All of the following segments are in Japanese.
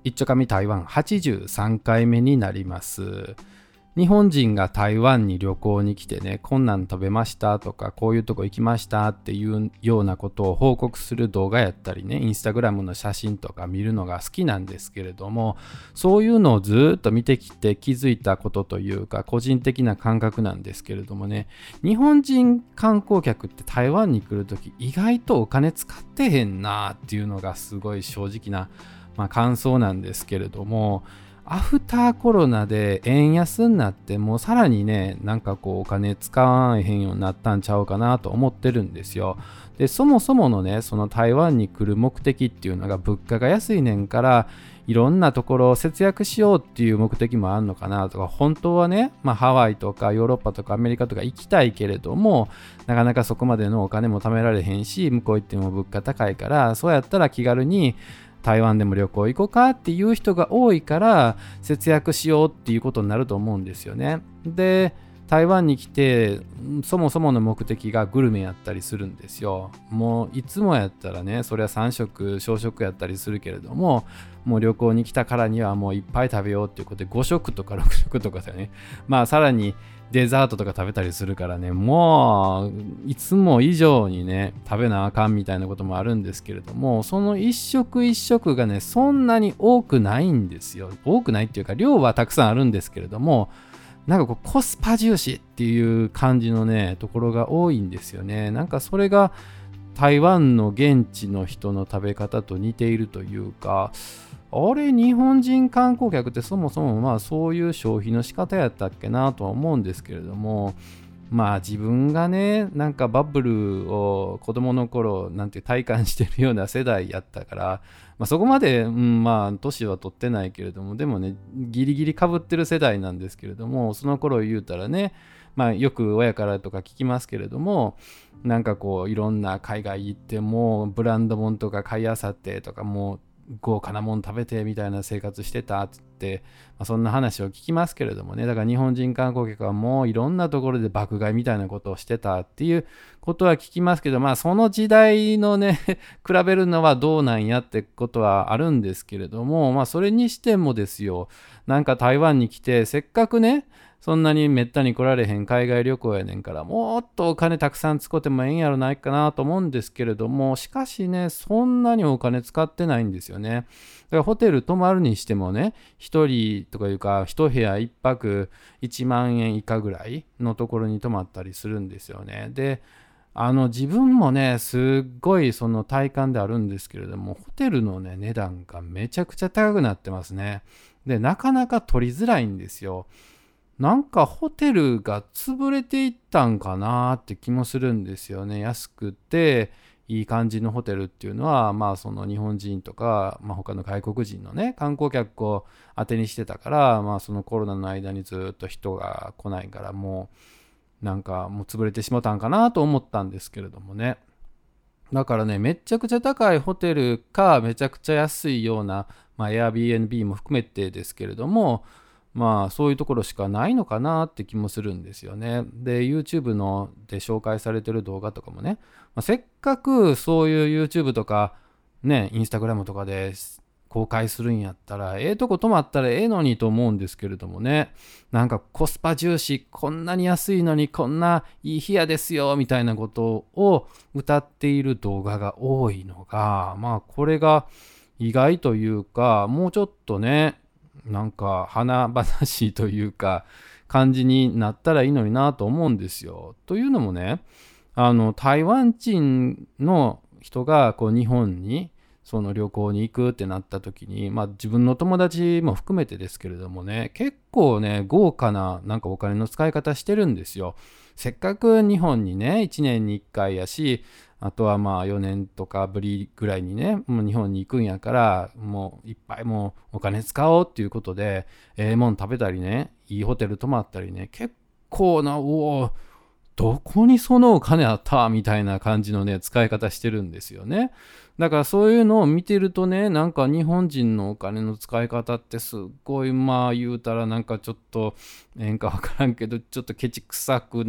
一丁紙台湾83回目になります。日本人が台湾に旅行に来てね、こんなん食べましたとか、こういうとこ行きましたっていうようなことを報告する動画やったりね、インスタグラムの写真とか見るのが好きなんですけれども、そういうのをずっと見てきて気づいたことというか、個人的な感覚なんですけれどもね、日本人観光客って台湾に来るとき意外とお金使ってへんなっていうのがすごい正直な、感想なんですけれども、アフターコロナで円安になってもうさらにね、なんかこうお金使わへんようになったんちゃうかなと思ってるんですよ。で、そもそものね、その台湾に来る目的っていうのが物価が安いねんから、いろんなところを節約しようっていう目的もあるのかなとか、本当はね、ハワイとかヨーロッパとかアメリカとか行きたいけれども、なかなかそこまでのお金も貯められへんし、向こう行っても物価高いから、そうやったら気軽に台湾でも旅行行こうかっていう人が多いから節約しようっていうことになると思うんですよね。で、台湾に来てそもそもの目的がグルメやったりするんですよ。もういつもやったらね、それは3食小食やったりするけれども、もう旅行に来たからにはもういっぱい食べようっていうことで5食とか6食とかでね、さらにデザートとか食べたりするからね、もういつも以上にね食べなあかんみたいなこともあるんですけれども、その一食一食がねそんなに多くないんですよ。多くないっていうか量はたくさんあるんですけれども、なんかこうコスパ重視っていう感じのねところが多いんですよね。なんかそれが台湾の現地の人の食べ方と似ているというか、あれ日本人観光客ってそもそもそういう消費の仕方やったっけなとは思うんですけれども、自分がねなんかバブルを子供の頃なんて体感してるような世代やったから、そこまで、年は取ってないけれども、でもねギリギリ被ってる世代なんですけれども、その頃言うたらね、よく親からとか聞きますけれども、なんかこういろんな海外行ってもブランド物とか買いあさってとか、もう豪華なもん食べてみたいな生活してたって言って、そんな話を聞きますけれどもね、だから日本人観光客はもういろんなところで爆買いみたいなことをしてたっていうことは聞きますけど、その時代のね比べるのはどうなんやってことはあるんですけれども、それにしてもですよ、なんか台湾に来てせっかくねそんなにめったに来られへん海外旅行やねんから、もっとお金たくさん使ってもええんやろないかなと思うんですけれども、しかしねそんなにお金使ってないんですよね。だからホテル泊まるにしてもね、1人とかいうか1部屋1泊1万円以下ぐらいのところに泊まったりするんですよね。で、自分もねすっごいその体感であるんですけれども、ホテルのね値段がめちゃくちゃ高くなってますね。で、なかなか取りづらいんですよ。なんかホテルが潰れていったんかなって気もするんですよね。安くていい感じのホテルっていうのは、その日本人とか、他の外国人のね観光客を当てにしてたから、そのコロナの間にずっと人が来ないから、もうなんかもう潰れてしまったんかなと思ったんですけれどもね。だからね、めちゃくちゃ高いホテルかめちゃくちゃ安いような、Airbnb も含めてですけれども、そういうところしかないのかなって気もするんですよね。で、YouTube ので紹介されてる動画とかもね、せっかくそういう YouTube とかね、Instagram とかで公開するんやったら、ええとこ泊まったらええのにと思うんですけれどもね、なんかコスパ重視、こんなに安いのにこんないい部屋ですよみたいなことを歌っている動画が多いのが、これが意外というか、もうちょっとね、なんか華々しいというか感じになったらいいのになと思うんですよ。というのもね、台湾人の人がこう日本にその旅行に行くってなった時に、自分の友達も含めてですけれどもね、結構ね豪華ななんかお金の使い方してるんですよ。せっかく日本にね1年に1回やし、あとは4年とかぶりぐらいにねもう日本に行くんやから、もういっぱいもうお金使おうっていうことでもん食べたりね、いいホテル泊まったりね、結構などこにそのお金あったみたいな感じのね使い方してるんですよね。だからそういうのを見てるとね、なんか日本人のお金の使い方ってすっごい言うたらなんかちょっとかわからんけどちょっとケチくさくなっ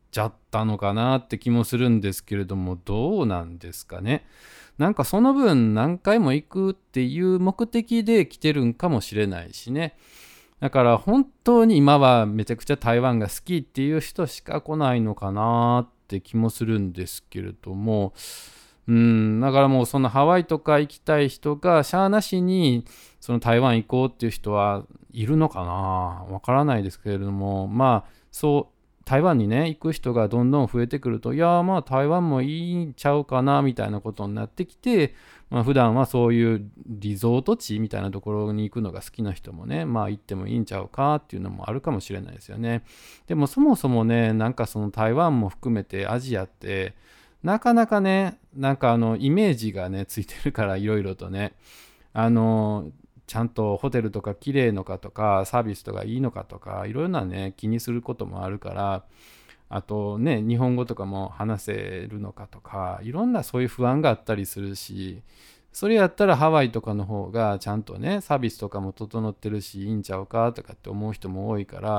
ちゃったのかなって気もするんですけれども、どうなんですかね。なんかその分何回も行くっていう目的で来てるんかもしれないしね。だから本当に今はめちゃくちゃ台湾が好きっていう人しか来ないのかなって気もするんですけれども、だからもうそのハワイとか行きたい人がしゃあなしにその台湾行こうっていう人はいるのかな、わからないですけれども、まあそう台湾にね行く人がどんどん増えてくると、いやまあ台湾もいいんちゃうかなみたいなことになってきて、まあ、普段はそういうリゾート地みたいなところに行くのが好きな人もね、まあ行ってもいいんちゃうかっていうのもあるかもしれないですよね。でもそもそもね、なんかその台湾も含めてアジアってなかなかね、なんかイメージがねついてるから、いろいろとね、あのちゃんとホテルとか綺麗のかとかサービスとかいいのかとかいろんなね気にすることもあるから、あとね日本語とかも話せるのかとかいろんなそういう不安があったりするし、それやったらハワイとかの方がちゃんとねサービスとかも整ってるしいいんちゃうかとかって思う人も多いから、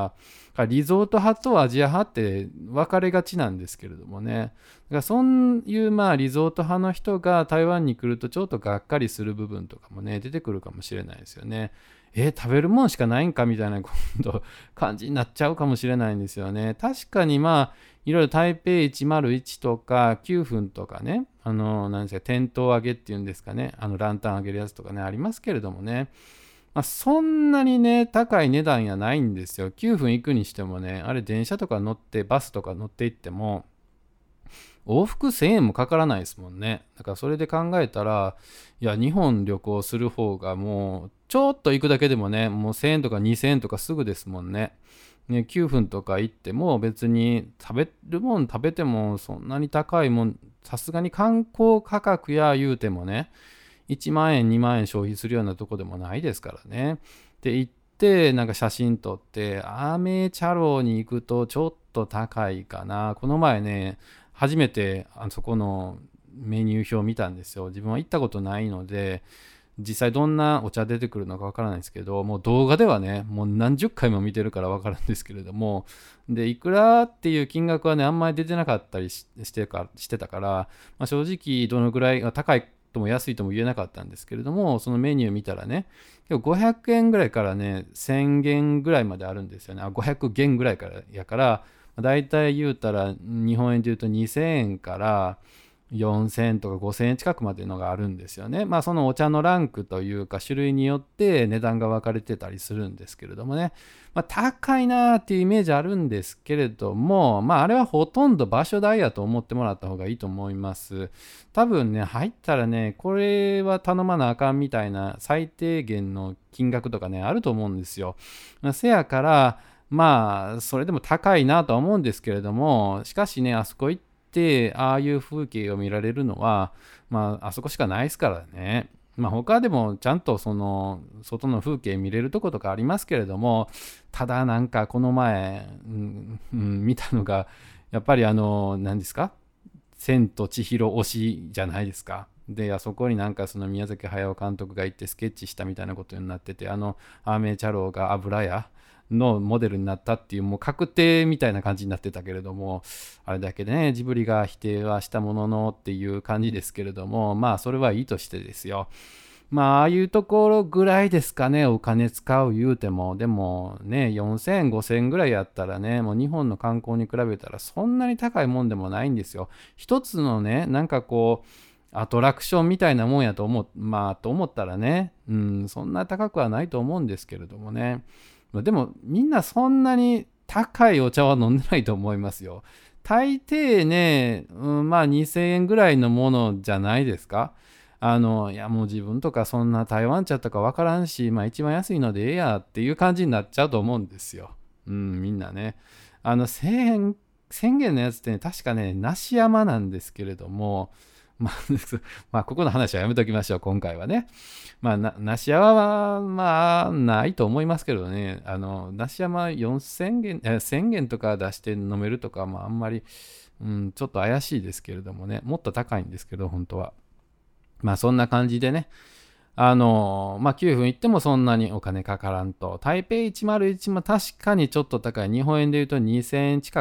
リゾート派とアジア派って分かれがちなんですけれどもね、だからそういうまあリゾート派の人が台湾に来るとちょっとがっかりする部分とかもね出てくるかもしれないですよね。食べるもんしかないんかみたいな今度感じになっちゃうかもしれないんですよね。確かにまあいろいろ台北101とか9分とかね、なんですか、点灯上げっていうんですかね、ランタン上げるやつとかね、ありますけれどもね、まあ、そんなにね、高い値段やないんですよ。9分行くにしてもね、あれ電車とか乗って、バスとか乗って行っても、往復1000円もかからないですもんね。だからそれで考えたら、いや、日本旅行する方がもう、ちょっと行くだけでもね、もう1000円とか2000円とかすぐですもんね。ね、9分とか行っても別に食べるもん食べてもそんなに高いもん、さすがに観光価格や言うてもね、1万円2万円消費するようなとこでもないですからね。で行ってなんか写真撮ってアーメーチャローに行くとちょっと高いかな。この前ね初めてあそこのメニュー表を見たんですよ。自分は行ったことないので実際どんなお茶出てくるのかわからないですけど、もう動画ではねもう何十回も見てるからわかるんですけれども、でいくらっていう金額はねあんまり出てなかったりしてたから、まあ、正直どのぐらい高いとも安いとも言えなかったんですけれども、そのメニュー見たらね結構500円ぐらいからね1000元ぐらいまであるんですよね。500元ぐらいからやから、だいたい言うたら日本円で言うと2000円から4000円とか5000円近くまでのがあるんですよね。まあそのお茶のランクというか種類によって値段が分かれてたりするんですけれどもね。まあ高いなーっていうイメージあるんですけれども、まああれはほとんど場所代やと思ってもらった方がいいと思います。多分ね、入ったらね、これは頼まなあかんみたいな最低限の金額とかね、あると思うんですよ。せやから、まあそれでも高いなとは思うんですけれども、しかしね、あそこ行ってああいう風景を見られるのは、まああそこしかないですからね。まあ他でもちゃんとその外の風景見れるとことかありますけれども、ただなんかこの前、見たのがやっぱり何ですか、千と千尋推しじゃないですか。で、あそこになんかその宮崎駿監督が行ってスケッチしたみたいなことになってて、アーメイチャローが油屋のモデルになったっていう、もう確定みたいな感じになってたけれども、あれだけでねジブリが否定はしたもののっていう感じですけれども、まあそれはいいとしてですよ。まあああいうところぐらいですかね、お金使う言うても。でもね4000円5000円ぐらいやったらね、もう日本の観光に比べたらそんなに高いもんでもないんですよ。一つのねなんかこうアトラクションみたいなもんやと思ったらね、そんな高くはないと思うんですけれどもね。でもみんなそんなに高いお茶は飲んでないと思いますよ。大抵ね、まあ2000円ぐらいのものじゃないですか。いやもう自分とかそんな台湾茶とかわからんし、まあ一番安いのでええやっていう感じになっちゃうと思うんですよ。みんなね。1000元のやつってね、確かね、梨山なんですけれども、まあ、まあ、ここの話はやめときましょう、今回はね。まあ、梨山は、まあ、ないと思いますけどね、梨山4000元、1000元とか出して飲めるとか、まあ、あんまり、ちょっと怪しいですけれどもね、もっと高いんですけど、本当は。まあ、そんな感じでね、まあ、9分行ってもそんなにお金かからんと。台北101も確かにちょっと高い。日本円で言うと2000円近く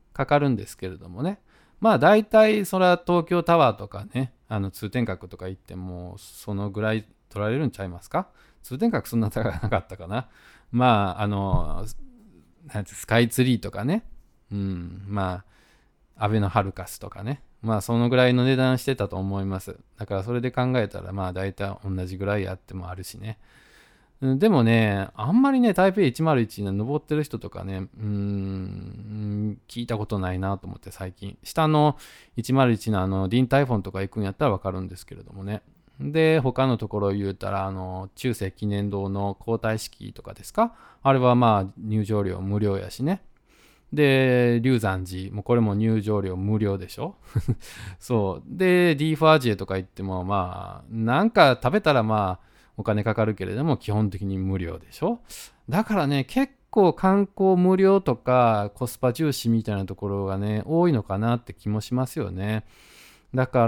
かかるんですけれどもね。まあ大体それは東京タワーとかね、通天閣とか行ってもそのぐらい取られるんちゃいますか。通天閣そんな高くなかったかな。まあなんてスカイツリーとかね、まあアベノハルカスとかね、まあそのぐらいの値段してたと思います。だからそれで考えたらまあ大体同じぐらいあってもあるしね。でもね、あんまりね、台北101に登ってる人とかね、聞いたことないなと思って最近。下の101のディンタイフォンとか行くんやったらわかるんですけれどもね。で、他のところを言うたら、中世記念堂の皇太子とかですか？あれはまあ入場料無料やしね。で、龍山寺、もうこれも入場料無料でしょ。そう。で、ディーファージエとか行っても、まあ、なんか食べたらまあ、お金かかるけれども、基本的に無料でしょ。だからね、結構観光無料とかコスパ重視みたいなところがね、多いのかなって気もしますよね。だから、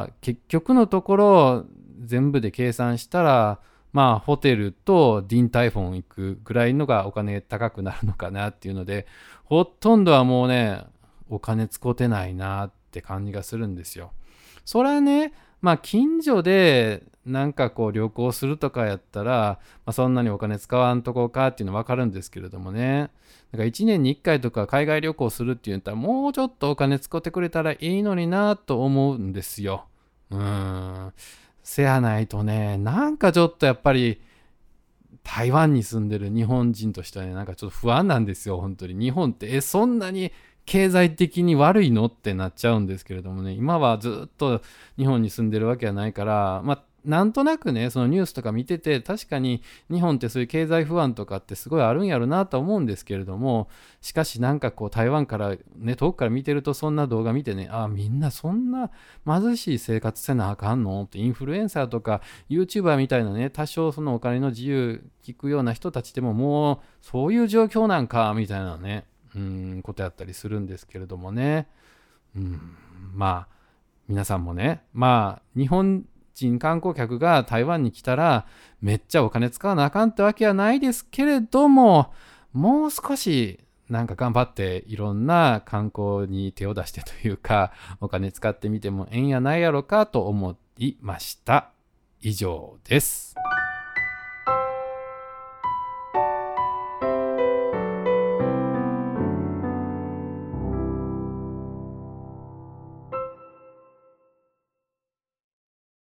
結局のところ、全部で計算したら、まあ、ホテルとディンタイフォン行くぐらいのがお金高くなるのかなっていうので、ほとんどはもうね、お金使ってないなって感じがするんですよ。それはね、まあ、近所でなんかこう旅行するとかやったら、まあ、そんなにお金使わんとこかっていうの分かるんですけれどもね。だから1年に1回とか海外旅行するっていったらもうちょっとお金使ってくれたらいいのになと思うんですよ。せやないとね、なんかちょっとやっぱり台湾に住んでる日本人としてはね、なんかちょっと不安なんですよ、本当に。日本って、そんなに経済的に悪いのってなっちゃうんですけれどもね、今はずっと日本に住んでるわけはないから、まあ、なんとなくね、そのニュースとか見てて、確かに日本ってそういう経済不安とかってすごいあるんやろなと思うんですけれども、しかしなんかこう台湾からね、遠くから見てるとそんな動画見てね、みんなそんな貧しい生活せなあかんのって、インフルエンサーとか YouTuber みたいなね、多少そのお金の自由聞くような人たちでももうそういう状況なんかみたいなね、ことやったりするんですけれどもね。まあ皆さんもね、まあ日本人観光客が台湾に来たらめっちゃお金使わなあかんってわけはないですけれども、もう少しなんか頑張っていろんな観光に手を出してというか、お金使ってみてもええんやないやろかと思いました。以上です。